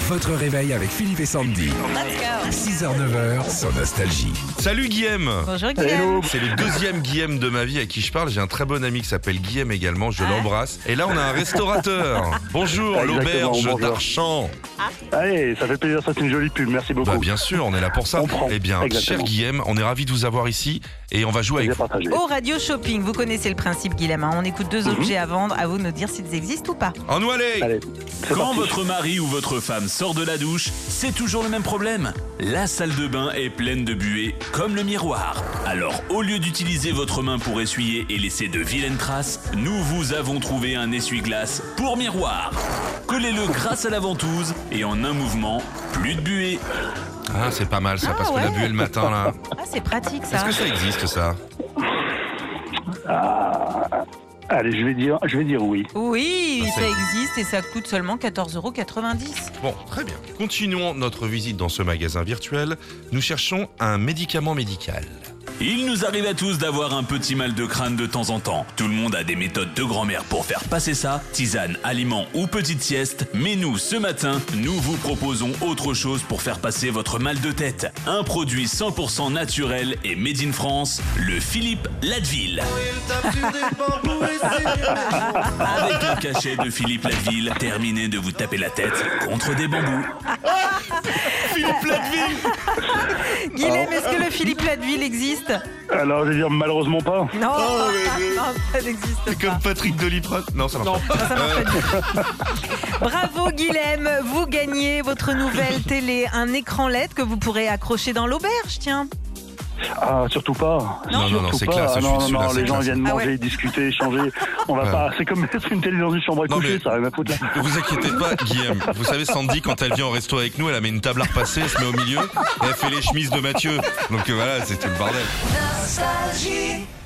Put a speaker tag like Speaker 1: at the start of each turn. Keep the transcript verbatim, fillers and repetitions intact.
Speaker 1: Votre réveil avec Philippe et Sandy. six heures neuf heures sur Nostalgie.
Speaker 2: Salut Guillaume.
Speaker 3: Bonjour Guillaume.
Speaker 2: C'est le deuxième Guillaume de ma vie à qui je parle. J'ai un très bon ami qui s'appelle Guillaume également, je l'embrasse. Et là on a un restaurateur. Bonjour,
Speaker 4: Exactement,
Speaker 2: l'auberge
Speaker 4: bonjour.
Speaker 2: d'Archamps.
Speaker 4: Allez, ça fait plaisir, ça c'est une jolie pub, merci beaucoup.
Speaker 2: Bah bien sûr, on est là pour ça.
Speaker 4: On prend,
Speaker 2: Eh bien,
Speaker 4: exactement.
Speaker 2: cher Guillaume, on est ravis de vous avoir ici et on va jouer avec
Speaker 4: Plaisir
Speaker 2: vous.
Speaker 4: partagé.
Speaker 3: Au radio shopping, vous connaissez le principe Guillaume, hein. On écoute deux objets à vendre, à vous de nous dire s'ils existent ou pas.
Speaker 2: En nous aller.
Speaker 4: Allez, c'est
Speaker 5: Quand
Speaker 4: parti.
Speaker 5: votre mari ou votre femme sort de la douche, c'est toujours le même problème. La salle de bain est pleine de buée, comme le miroir. Alors, au lieu d'utiliser votre main pour essuyer et laisser de vilaines traces, nous vous avons trouvé un essuie-glace pour miroir. Collez-le grâce à la ventouse et en un mouvement, plus de buée.
Speaker 2: Ah, c'est pas mal ça,
Speaker 3: Ah,
Speaker 2: parce que la
Speaker 3: ouais.
Speaker 2: buée le matin là.
Speaker 3: Ah, c'est pratique ça.
Speaker 2: Est-ce que ça existe ça?
Speaker 4: Allez, je vais dire, je vais dire oui.
Speaker 3: Oui,
Speaker 2: Ça
Speaker 3: ça existe et ça coûte seulement quatorze euros quatre-vingt-dix.
Speaker 2: Bon, très bien. Continuons notre visite dans ce magasin virtuel. Nous cherchons un médicament médical.
Speaker 5: Il nous arrive à tous d'avoir un petit mal de crâne de temps en temps. Tout le monde a des méthodes de grand-mère pour faire passer ça, tisane, aliments ou petite sieste. Mais nous, ce matin, nous vous proposons autre chose pour faire passer votre mal de tête. Un produit cent pour cent naturel et made in France, le Philippe Ladville. Avec un cachet de Philippe Ladville, terminez de vous taper la tête contre des bambous.
Speaker 2: Philippe Ladville.
Speaker 3: Guillaume, est-ce que le Philippe Ladville existe?
Speaker 4: Alors, je vais dire malheureusement pas.
Speaker 3: Non,
Speaker 2: Oh, mais- mais-
Speaker 3: non, ça n'existe
Speaker 2: C'est
Speaker 3: pas.
Speaker 2: comme Patrick Doliprane. Non, ça marche pas.
Speaker 3: Ça marche pas du tout. Bravo Guilhem, vous gagnez votre nouvelle télé, un écran L E D que vous pourrez accrocher dans l'auberge, tiens.
Speaker 4: Ah, surtout pas.
Speaker 2: Non, non, non,
Speaker 4: Surtout
Speaker 2: c'est
Speaker 4: pas.
Speaker 2: classe,
Speaker 4: Ah,
Speaker 2: je suis
Speaker 4: non, non,
Speaker 2: dessus, là,
Speaker 4: non,
Speaker 2: c'est
Speaker 4: les gens
Speaker 2: classe.
Speaker 4: viennent
Speaker 3: Ah
Speaker 4: manger,
Speaker 3: ouais.
Speaker 4: discuter, échanger. On va
Speaker 2: Ouais.
Speaker 4: pas. C'est comme mettre une télé dans une chambre à
Speaker 2: Non,
Speaker 4: coucher,
Speaker 2: mais-
Speaker 4: ça va rien à foutre là.
Speaker 2: Ne vous inquiétez pas, Guillaume. Vous savez, Sandy, quand elle vient au resto avec nous, elle a mis une table à repasser, elle se met au milieu et elle fait les chemises de Mathieu. Donc euh, voilà, c'est tout le bordel.
Speaker 6: Nostalgie.